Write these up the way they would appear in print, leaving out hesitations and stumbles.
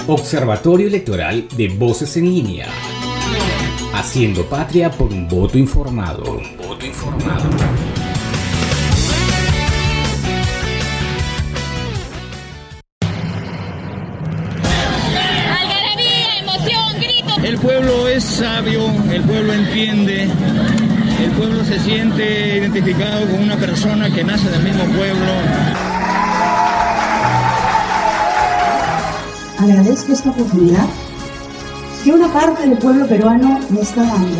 Observatorio Electoral de Voces en Línea. Haciendo patria por un voto informado. Algarabía, emoción, gritos. El pueblo es sabio, el pueblo entiende, el pueblo se siente identificado con una persona que nace del mismo pueblo. Agradezco esta oportunidad que una parte del pueblo peruano me está dando.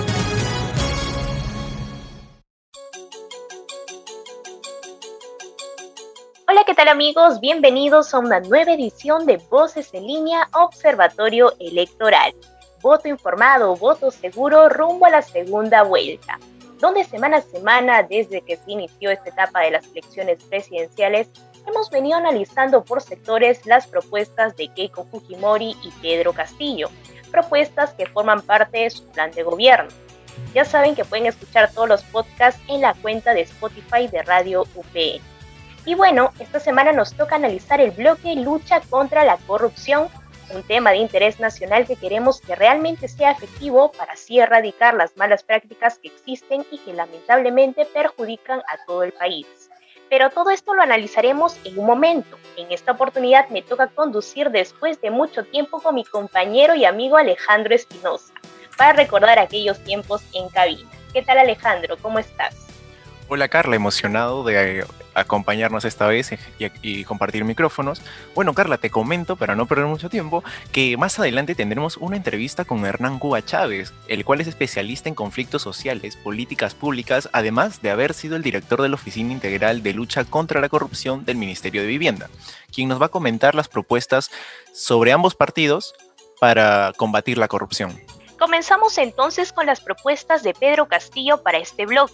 Hola, ¿qué tal amigos? Bienvenidos a una nueva edición de Voces en Línea Observatorio Electoral. Voto informado, voto seguro rumbo a la segunda vuelta, donde semana a semana, desde que se inició esta etapa de las elecciones presidenciales, hemos venido analizando por sectores las propuestas de Keiko Fujimori y Pedro Castillo, propuestas que forman parte de su plan de gobierno. Ya saben que pueden escuchar todos los podcasts en la cuenta de Spotify de Radio UPN. Y bueno, esta semana nos toca analizar el bloque Lucha contra la Corrupción, un tema de interés nacional que queremos que realmente sea efectivo para así erradicar las malas prácticas que existen y que lamentablemente perjudican a todo el país. Pero todo esto lo analizaremos en un momento. En esta oportunidad me toca conducir después de mucho tiempo con mi compañero y amigo Alejandro Espinosa, para recordar aquellos tiempos en cabina. ¿Qué tal, Alejandro? ¿Cómo estás? Hola Carla, emocionado de acompañarnos esta vez y compartir micrófonos. Bueno Carla, te comento, para no perder mucho tiempo, que más adelante tendremos una entrevista con Hernán Cuba Chávez, el cual es especialista en conflictos sociales, políticas públicas, además de haber sido el director de la Oficina Integral de Lucha contra la Corrupción del Ministerio de Vivienda, quien nos va a comentar las propuestas sobre ambos partidos para combatir la corrupción. Comenzamos entonces con las propuestas de Pedro Castillo para este bloque.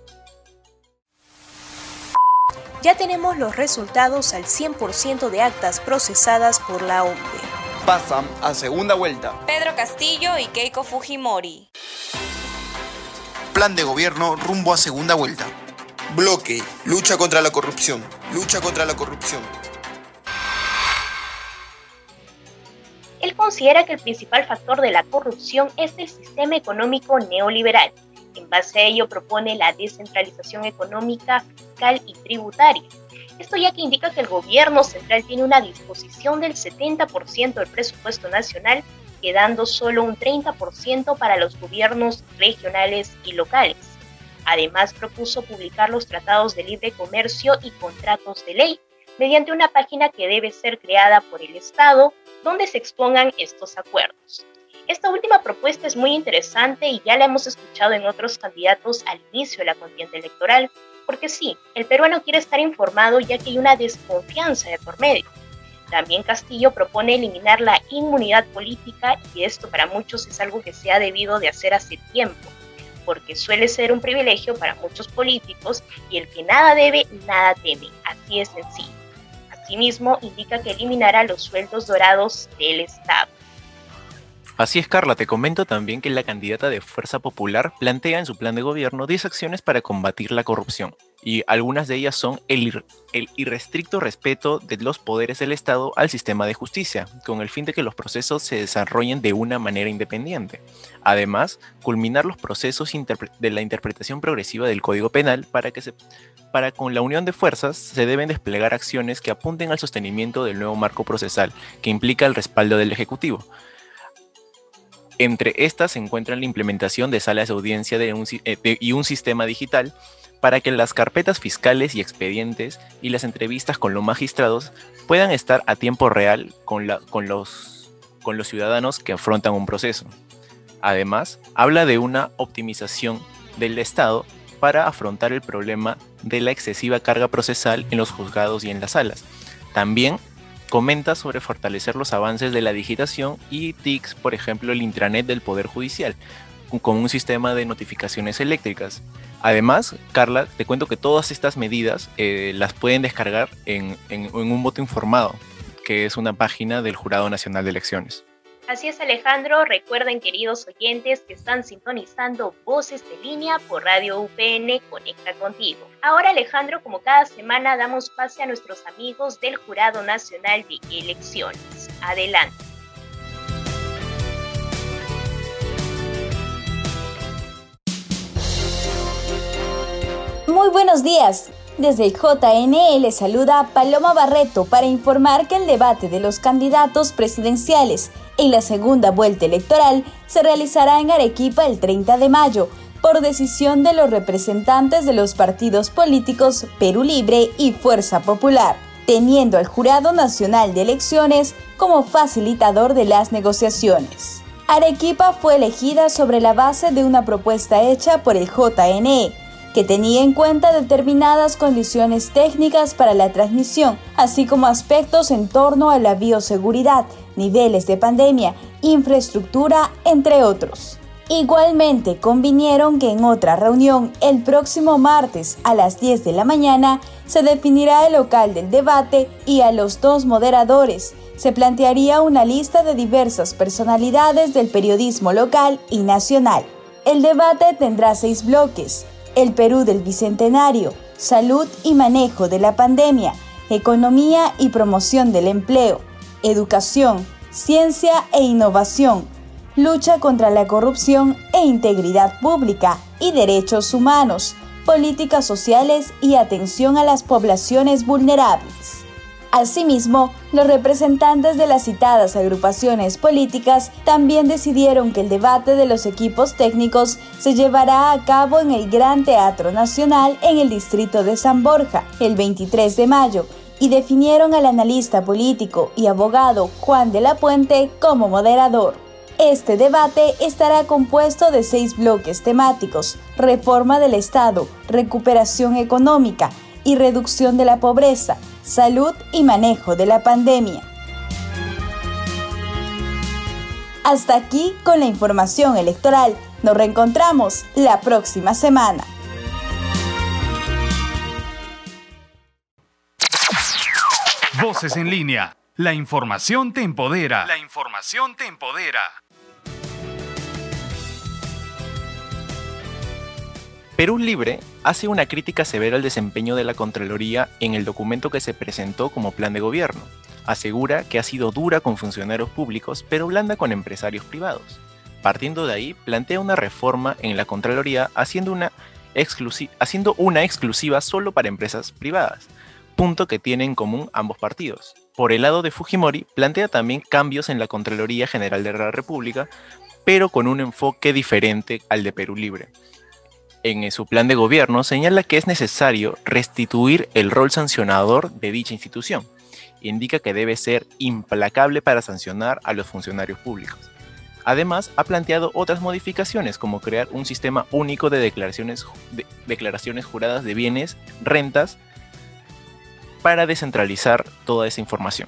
Ya tenemos los resultados al 100% de actas procesadas por la OMPE. Pasan a segunda vuelta Pedro Castillo y Keiko Fujimori. Plan de gobierno rumbo a segunda vuelta. Bloque, lucha contra la corrupción. Él considera que el principal factor de la corrupción es el sistema económico neoliberal. En base a ello propone la descentralización económica, fiscal y tributaria. Esto ya que indica que el gobierno central tiene una disposición del 70% del presupuesto nacional, quedando solo un 30% para los gobiernos regionales y locales. Además, propuso publicar los tratados de libre comercio y contratos de ley, mediante una página que debe ser creada por el Estado, donde se expongan estos acuerdos. Esta última propuesta es muy interesante y ya la hemos escuchado en otros candidatos al inicio de la contienda electoral, porque sí, el peruano quiere estar informado ya que hay una desconfianza de por medio. También Castillo propone eliminar la inmunidad política y esto para muchos es algo que se ha debido de hacer hace tiempo, porque suele ser un privilegio para muchos políticos y el que nada debe, nada teme, así es sencillo. Asimismo, indica que eliminará los sueldos dorados del Estado. Así es Carla, te comento también que la candidata de Fuerza Popular plantea en su plan de gobierno 10 acciones para combatir la corrupción y algunas de ellas son el irrestricto respeto de los poderes del Estado al sistema de justicia, con el fin de que los procesos se desarrollen de una manera independiente. Además, culminar los procesos de la interpretación progresiva del Código Penal para con la unión de fuerzas se deben desplegar acciones que apunten al sostenimiento del nuevo marco procesal, que implica el respaldo del Ejecutivo. Entre estas se encuentran la implementación de salas de audiencia y un sistema digital para que las carpetas fiscales y expedientes y las entrevistas con los magistrados puedan estar a tiempo real con los ciudadanos que afrontan un proceso. Además, habla de una optimización del Estado para afrontar el problema de la excesiva carga procesal en los juzgados y en las salas. También comenta sobre fortalecer los avances de la digitación y TICs, por ejemplo, el intranet del Poder Judicial, con un sistema de notificaciones eléctricas. Además, Carla, te cuento que todas estas medidas las pueden descargar en un voto informado, que es una página del Jurado Nacional de Elecciones. Así es, Alejandro. Recuerden, queridos oyentes, que están sintonizando Voces en Línea por Radio UPN Conecta Contigo. Ahora, Alejandro, como cada semana, damos pase a nuestros amigos del Jurado Nacional de Elecciones. Adelante. Muy buenos días. Desde el JNE les saluda Paloma Barreto para informar que el debate de los candidatos presidenciales en la segunda vuelta electoral se realizará en Arequipa el 30 de mayo, por decisión de los representantes de los partidos políticos Perú Libre y Fuerza Popular, teniendo al Jurado Nacional de Elecciones como facilitador de las negociaciones. Arequipa fue elegida sobre la base de una propuesta hecha por el JNE, que tenía en cuenta determinadas condiciones técnicas para la transmisión, así como aspectos en torno a la bioseguridad, niveles de pandemia, infraestructura, entre otros. Igualmente, convinieron que en otra reunión, el próximo martes a las 10 de la mañana, se definirá el local del debate y a los 2 moderadores. Se plantearía una lista de diversas personalidades del periodismo local y nacional. El debate tendrá 6 bloques: el Perú del Bicentenario, salud y manejo de la pandemia, economía y promoción del empleo, educación, ciencia e innovación, lucha contra la corrupción e integridad pública y derechos humanos, políticas sociales y atención a las poblaciones vulnerables. Asimismo, los representantes de las citadas agrupaciones políticas también decidieron que el debate de los equipos técnicos se llevará a cabo en el Gran Teatro Nacional en el distrito de San Borja el 23 de mayo y definieron al analista político y abogado Juan de la Puente como moderador. Este debate estará compuesto de 6 bloques temáticos: reforma del Estado, recuperación económica y reducción de la pobreza, salud y manejo de la pandemia. Hasta aquí con la información electoral. Nos reencontramos la próxima semana. Voces en línea. La información te empodera. La información te empodera. Perú Libre hace una crítica severa al desempeño de la Contraloría en el documento que se presentó como plan de gobierno. Asegura que ha sido dura con funcionarios públicos, pero blanda con empresarios privados. Partiendo de ahí, plantea una reforma en la Contraloría haciendo una exclusiva solo para empresas privadas, punto que tienen en común ambos partidos. Por el lado de Fujimori, plantea también cambios en la Contraloría General de la República, pero con un enfoque diferente al de Perú Libre. En su plan de gobierno señala que es necesario restituir el rol sancionador de dicha institución. Indica que debe ser implacable para sancionar a los funcionarios públicos. Además, ha planteado otras modificaciones, como crear un sistema único de declaraciones juradas de bienes, rentas, para descentralizar toda esa información.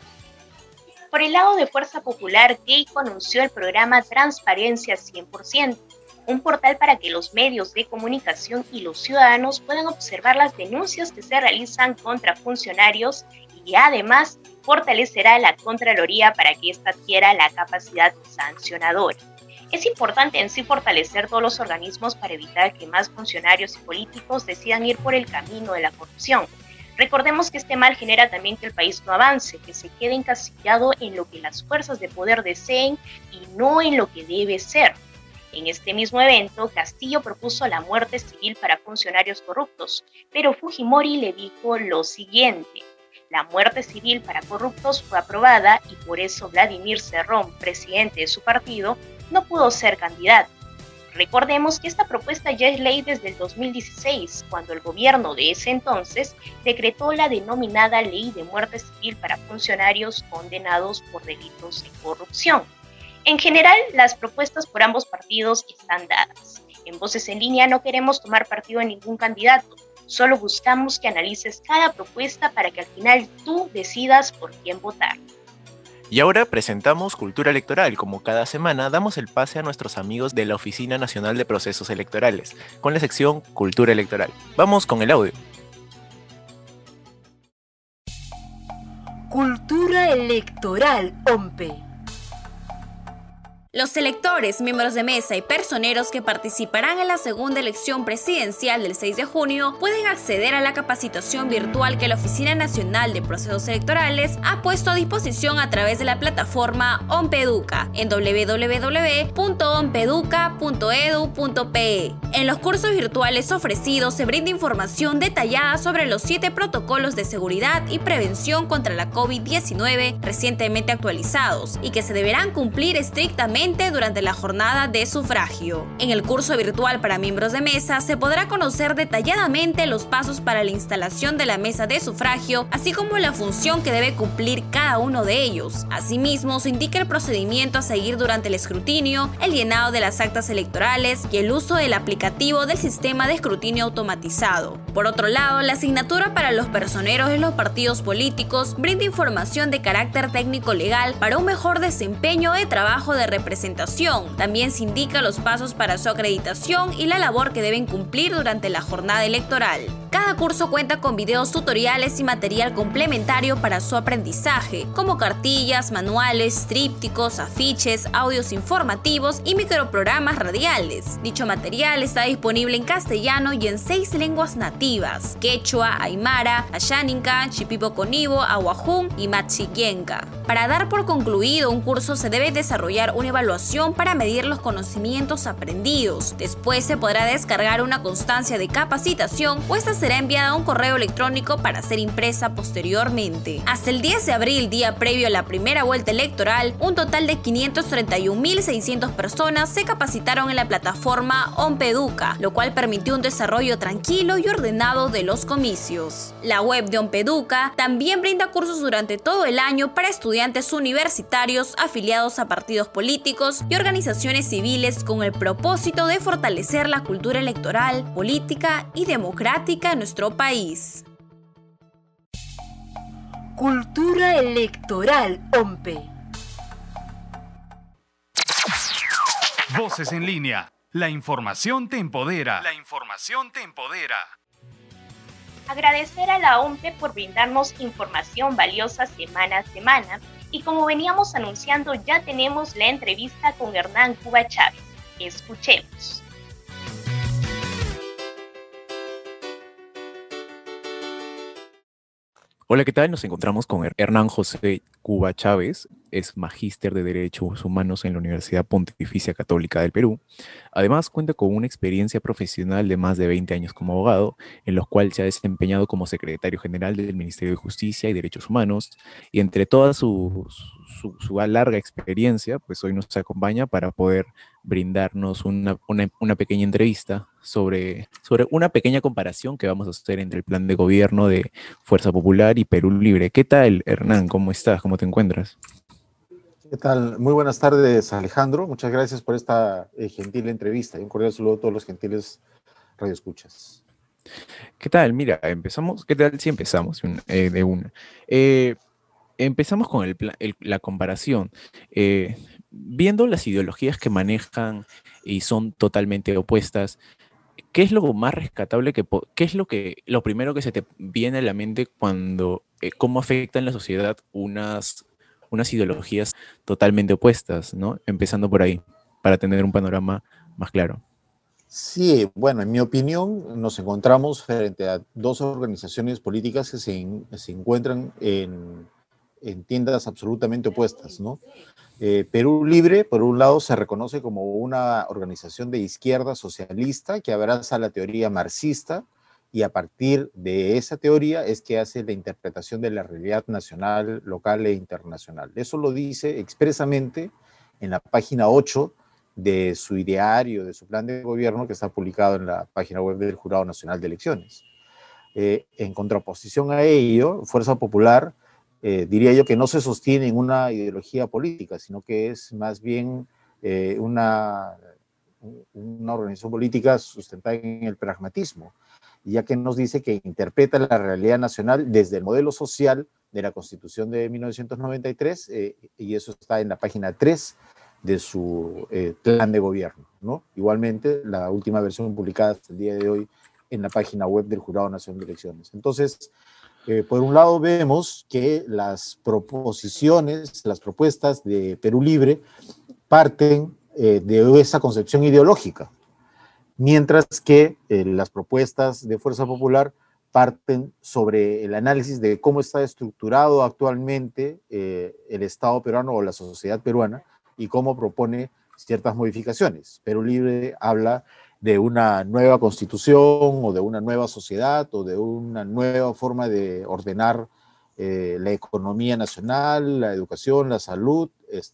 Por el lado de Fuerza Popular, Keiko anunció el programa Transparencia 100%. Un portal para que los medios de comunicación y los ciudadanos puedan observar las denuncias que se realizan contra funcionarios y además fortalecerá la Contraloría para que ésta adquiera la capacidad sancionadora. Es importante en sí fortalecer todos los organismos para evitar que más funcionarios y políticos decidan ir por el camino de la corrupción. Recordemos que este mal genera también que el país no avance, que se quede encasillado en lo que las fuerzas de poder deseen y no en lo que debe ser. En este mismo evento, Castillo propuso la muerte civil para funcionarios corruptos, pero Fujimori le dijo lo siguiente: la muerte civil para corruptos fue aprobada y por eso Vladimir Cerrón, presidente de su partido, no pudo ser candidato. Recordemos que esta propuesta ya es ley desde el 2016, cuando el gobierno de ese entonces decretó la denominada Ley de Muerte Civil para funcionarios condenados por delitos de corrupción. En general, las propuestas por ambos partidos están dadas. En Voces en Línea no queremos tomar partido en ningún candidato, solo buscamos que analices cada propuesta para que al final tú decidas por quién votar. Y ahora presentamos Cultura Electoral. Como cada semana, damos el pase a nuestros amigos de la Oficina Nacional de Procesos Electorales, con la sección Cultura Electoral. Vamos con el audio. Cultura Electoral, OMPE. Los electores, miembros de mesa y personeros que participarán en la segunda elección presidencial del 6 de junio pueden acceder a la capacitación virtual que la Oficina Nacional de Procesos Electorales ha puesto a disposición a través de la plataforma OMPEDUCA en www.ompeduca.edu.pe. En los cursos virtuales ofrecidos se brinda información detallada sobre los 7 protocolos de seguridad y prevención contra la COVID-19 recientemente actualizados y que se deberán cumplir estrictamente durante la jornada de sufragio. En el curso virtual para miembros de mesa se podrá conocer detalladamente los pasos para la instalación de la mesa de sufragio, así como la función que debe cumplir cada uno de ellos. Asimismo, se indica el procedimiento a seguir durante el escrutinio, el llenado de las actas electorales y el uso del aplicativo del sistema de escrutinio automatizado. Por otro lado, la asignatura para los personeros de los partidos políticos brinda información de carácter técnico-legal para un mejor desempeño de trabajo de representación. También se indica los pasos para su acreditación y la labor que deben cumplir durante la jornada electoral. Cada curso cuenta con videos tutoriales y material complementario para su aprendizaje, como cartillas, manuales, trípticos, afiches, audios informativos y microprogramas radiales. Dicho material está disponible en castellano y en 6 lenguas nativas: quechua, aymara, ayáninca, shipibo-conibo, ahuajún y machiquenca. Para dar por concluido un curso se debe desarrollar una evaluación para medir los conocimientos aprendidos. Después se podrá descargar una constancia de capacitación o esta será enviada a un correo electrónico para ser impresa posteriormente. Hasta el 10 de abril, día previo a la primera vuelta electoral, un total de 531.600 personas se capacitaron en la plataforma OMPEDUCA, lo cual permitió un desarrollo tranquilo y ordenado de los comicios. La web de OMPEDUCA también brinda cursos durante todo el año para estudiantes universitarios afiliados a partidos políticos y organizaciones civiles con el propósito de fortalecer la cultura electoral, política y democrática en nuestro país. Cultura electoral OMPE. Voces en línea. La información te empodera. La información te empodera. Agradecer a la OMPE por brindarnos información valiosa semana a semana y como veníamos anunciando ya tenemos la entrevista con Hernán Cuba Chávez. Escuchemos. Hola, ¿qué tal? Nos encontramos con Hernán José Cuba Chávez, es magíster de Derechos Humanos en la Universidad Pontificia Católica del Perú. Además, cuenta con una experiencia profesional de más de 20 años como abogado, en los cuales se ha desempeñado como secretario general del Ministerio de Justicia y Derechos Humanos, y entre toda su larga experiencia, pues hoy nos acompaña para poder brindarnos una pequeña entrevista sobre una pequeña comparación que vamos a hacer entre el plan de gobierno de Fuerza Popular y Perú Libre. ¿Qué tal, Hernán? ¿Cómo estás? ¿Cómo te encuentras? ¿Qué tal? Muy buenas tardes, Alejandro. Muchas gracias por esta gentil entrevista y un cordial saludo a todos los gentiles radioescuchas. ¿Qué tal? Mira, empezamos. ¿Qué tal si empezamos de una? Empezamos con la comparación. Viendo las ideologías que manejan y son totalmente opuestas, ¿qué es lo más rescatable qué es lo primero que se te viene a la mente cuando cómo afectan la sociedad unas ideologías totalmente opuestas, ¿no? Empezando por ahí, para tener un panorama más claro. Sí, bueno, en mi opinión nos encontramos frente a dos organizaciones políticas que se encuentran en tiendas absolutamente opuestas, ¿no? Perú Libre, por un lado, se reconoce como una organización de izquierda socialista que abraza la teoría marxista y a partir de esa teoría es que hace la interpretación de la realidad nacional, local e internacional. Eso lo dice expresamente en la página 8 de su ideario, de su plan de gobierno que está publicado en la página web del Jurado Nacional de Elecciones. En contraposición a ello, Fuerza Popular diría yo que no se sostiene en una ideología política, sino que es más bien una organización política sustentada en el pragmatismo, ya que nos dice que interpreta la realidad nacional desde el modelo social de la Constitución de 1993, y eso está en la página 3 de su plan de gobierno, ¿no? Igualmente, la última versión publicada hasta el día de hoy en la página web del Jurado Nacional de Elecciones. Entonces, por un lado vemos que las propuestas de Perú Libre parten de esa concepción ideológica, mientras que las propuestas de Fuerza Popular parten sobre el análisis de cómo está estructurado actualmente el Estado peruano o la sociedad peruana y cómo propone ciertas modificaciones. Perú Libre habla de una nueva constitución o de una nueva sociedad o de una nueva forma de ordenar la economía nacional, la educación, la salud,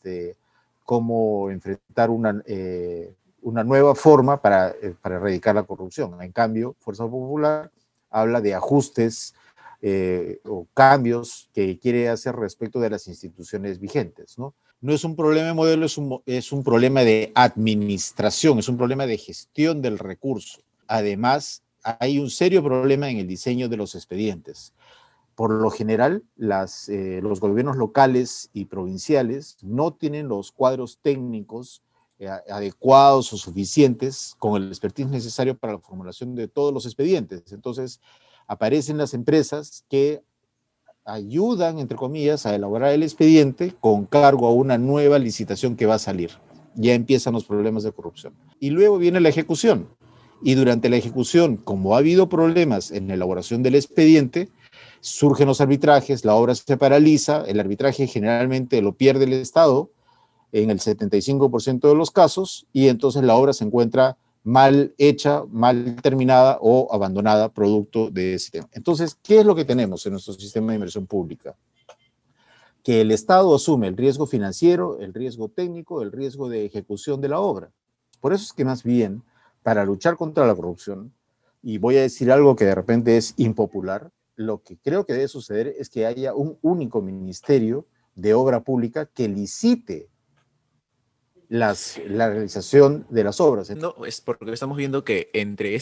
cómo enfrentar una nueva forma para erradicar la corrupción. En cambio, Fuerza Popular habla de ajustes o cambios que quiere hacer respecto de las instituciones vigentes, ¿no? No es un problema de modelo, es un problema de administración, es un problema de gestión del recurso. Además, hay un serio problema en el diseño de los expedientes. Por lo general, los gobiernos locales y provinciales no tienen los cuadros técnicos adecuados o suficientes con el expertise necesario para la formulación de todos los expedientes. Entonces, aparecen las empresas que ayudan, entre comillas, a elaborar el expediente con cargo a una nueva licitación que va a salir. Ya empiezan los problemas de corrupción. Y luego viene la ejecución. Y durante la ejecución, como ha habido problemas en la elaboración del expediente, surgen los arbitrajes, la obra se paraliza, el arbitraje generalmente lo pierde el Estado en el 75% de los casos, y entonces la obra se encuentra mal hecha, mal terminada o abandonada producto de ese tema. Entonces, ¿qué es lo que tenemos en nuestro sistema de inversión pública? Que el Estado asume el riesgo financiero, el riesgo técnico, el riesgo de ejecución de la obra. Por eso es que más bien, para luchar contra la corrupción, y voy a decir algo que de repente es impopular, lo que creo que debe suceder es que haya un único ministerio de obra pública que licite la realización de las obras. No, es porque estamos viendo que entre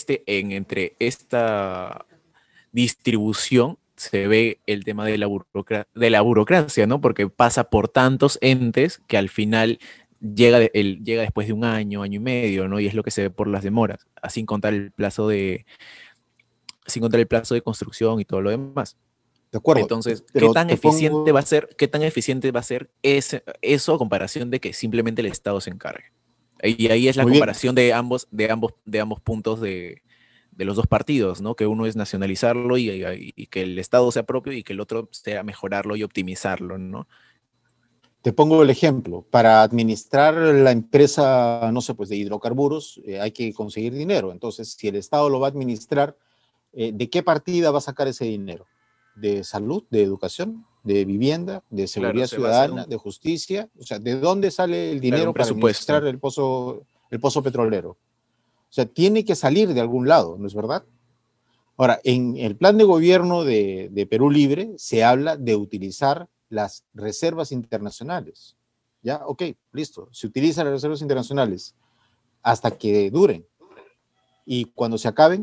esta distribución se ve el tema de la burocracia, ¿no? Porque pasa por tantos entes que al final llega después de un año y medio, ¿no? Y es lo que se ve por las demoras, sin contar el plazo de construcción y todo lo demás. De acuerdo. Entonces, ¿qué tan eficiente va a ser eso a comparación de que simplemente el Estado se encargue? Y ahí es la comparación de ambos puntos de los dos partidos, ¿no? Que uno es nacionalizarlo y que el Estado sea propio y que el otro sea mejorarlo y optimizarlo, ¿no? Te pongo el ejemplo. Para administrar la empresa, no sé, pues de hidrocarburos, hay que conseguir dinero. Entonces, si el Estado lo va a administrar, ¿de qué partida va a sacar ese dinero? ¿De salud, de educación, de vivienda, de seguridad ciudadana, de justicia? O sea, ¿de dónde sale el dinero para administrar el pozo petrolero? O sea, tiene que salir de algún lado, ¿no es verdad? Ahora, en el plan de gobierno de Perú Libre se habla de utilizar las reservas internacionales. ¿Ya? Ok, listo. Se utilizan las reservas internacionales hasta que duren. Y cuando se acaben,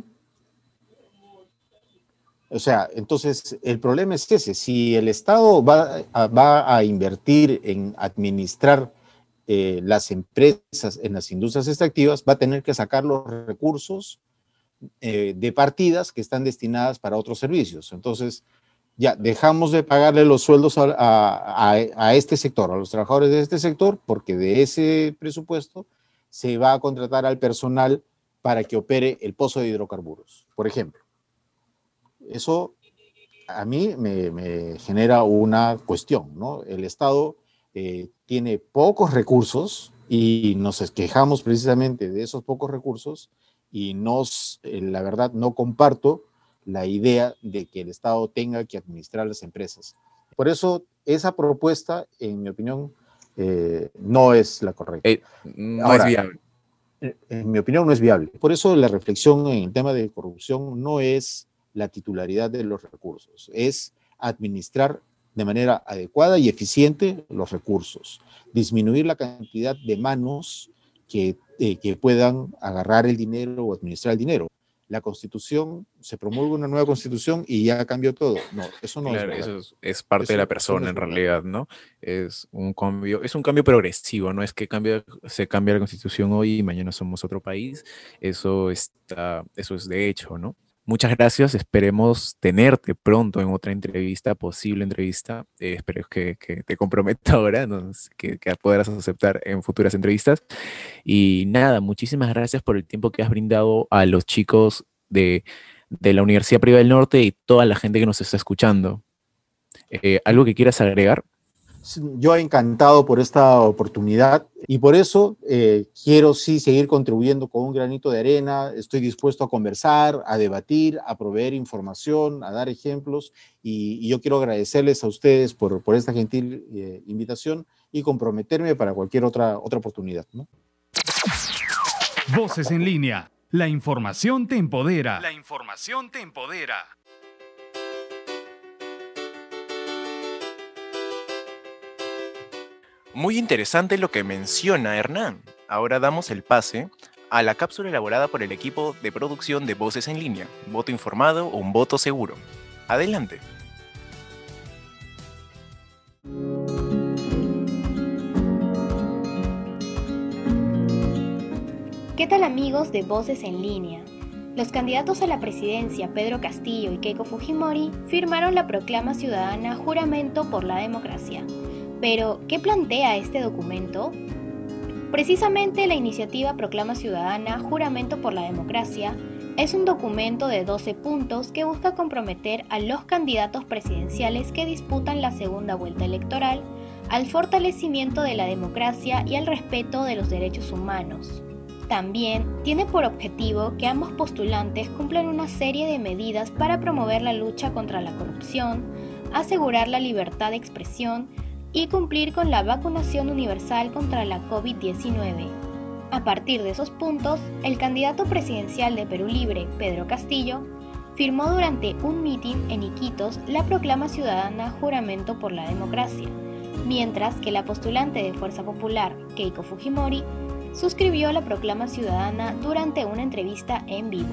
o sea, entonces el problema es ese. Si el Estado va a invertir en administrar las empresas en las industrias extractivas, va a tener que sacar los recursos de partidas que están destinadas para otros servicios. Entonces, ya dejamos de pagarle los sueldos a este sector, a los trabajadores de este sector, porque de ese presupuesto se va a contratar al personal para que opere el pozo de hidrocarburos, por ejemplo. Eso a mí me genera una cuestión, ¿no? El Estado tiene pocos recursos y nos quejamos precisamente de esos pocos recursos y la verdad no comparto la idea de que el Estado tenga que administrar las empresas. Por eso esa propuesta, en mi opinión, no es la correcta. No es viable. En mi opinión no es viable. Por eso la reflexión en el tema de corrupción no es la titularidad de los recursos, es administrar de manera adecuada y eficiente los recursos, disminuir la cantidad de manos que puedan agarrar el dinero o administrar el dinero. La Constitución, se promulga una nueva Constitución y ya cambió todo. No, eso no claro, es verdad. Eso es parte de la persona en realidad, ¿no? Es un cambio progresivo, no es que se cambia la Constitución hoy y mañana somos otro país. Eso es de hecho, ¿no? Muchas gracias, esperemos tenerte pronto en otra entrevista, posible entrevista. Espero que te comprometa ahora, ¿no? que podrás aceptar en futuras entrevistas. Y nada, muchísimas gracias por el tiempo que has brindado a los chicos de la Universidad Privada del Norte y toda la gente que nos está escuchando. ¿Algo que quieras agregar? Yo encantado por esta oportunidad y por eso quiero sí seguir contribuyendo con un granito de arena. Estoy dispuesto a conversar, a debatir, a proveer información, a dar ejemplos y yo quiero agradecerles a ustedes por esta gentil invitación y comprometerme para cualquier otra oportunidad, ¿no? Voces en línea. La información te empodera. La información te empodera. Muy interesante lo que menciona Hernán. Ahora damos el pase a la cápsula elaborada por el equipo de producción de Voces en Línea. Voto informado o un voto seguro. Adelante. ¿Qué tal, amigos de Voces en Línea? Los candidatos a la presidencia Pedro Castillo y Keiko Fujimori firmaron la proclama ciudadana Juramento por la Democracia. Pero, ¿qué plantea este documento? Precisamente la iniciativa Proclama Ciudadana Juramento por la Democracia es un documento de 12 puntos que busca comprometer a los candidatos presidenciales que disputan la segunda vuelta electoral al fortalecimiento de la democracia y al respeto de los derechos humanos. También tiene por objetivo que ambos postulantes cumplan una serie de medidas para promover la lucha contra la corrupción, asegurar la libertad de expresión y cumplir con la vacunación universal contra la COVID-19. A partir de esos puntos, el candidato presidencial de Perú Libre, Pedro Castillo, firmó durante un mitin en Iquitos la proclama ciudadana Juramento por la Democracia, mientras que la postulante de Fuerza Popular, Keiko Fujimori, suscribió la proclama ciudadana durante una entrevista en vivo.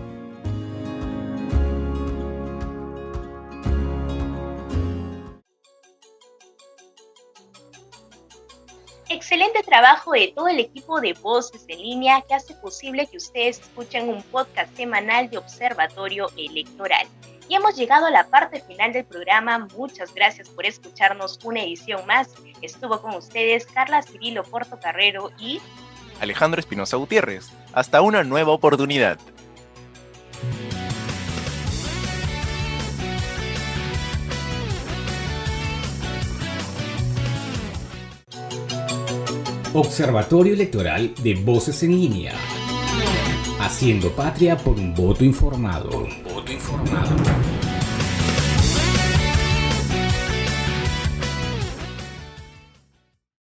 Excelente trabajo de todo el equipo de Voces en Línea que hace posible que ustedes escuchen un podcast semanal de Observatorio Electoral. Y hemos llegado a la parte final del programa. Muchas gracias por escucharnos una edición más. Estuvo con ustedes Carla Cirilo Portocarrero y Alejandro Espinosa Gutiérrez. Hasta una nueva oportunidad. Observatorio Electoral de Voces en Línea. Haciendo patria por un voto informado.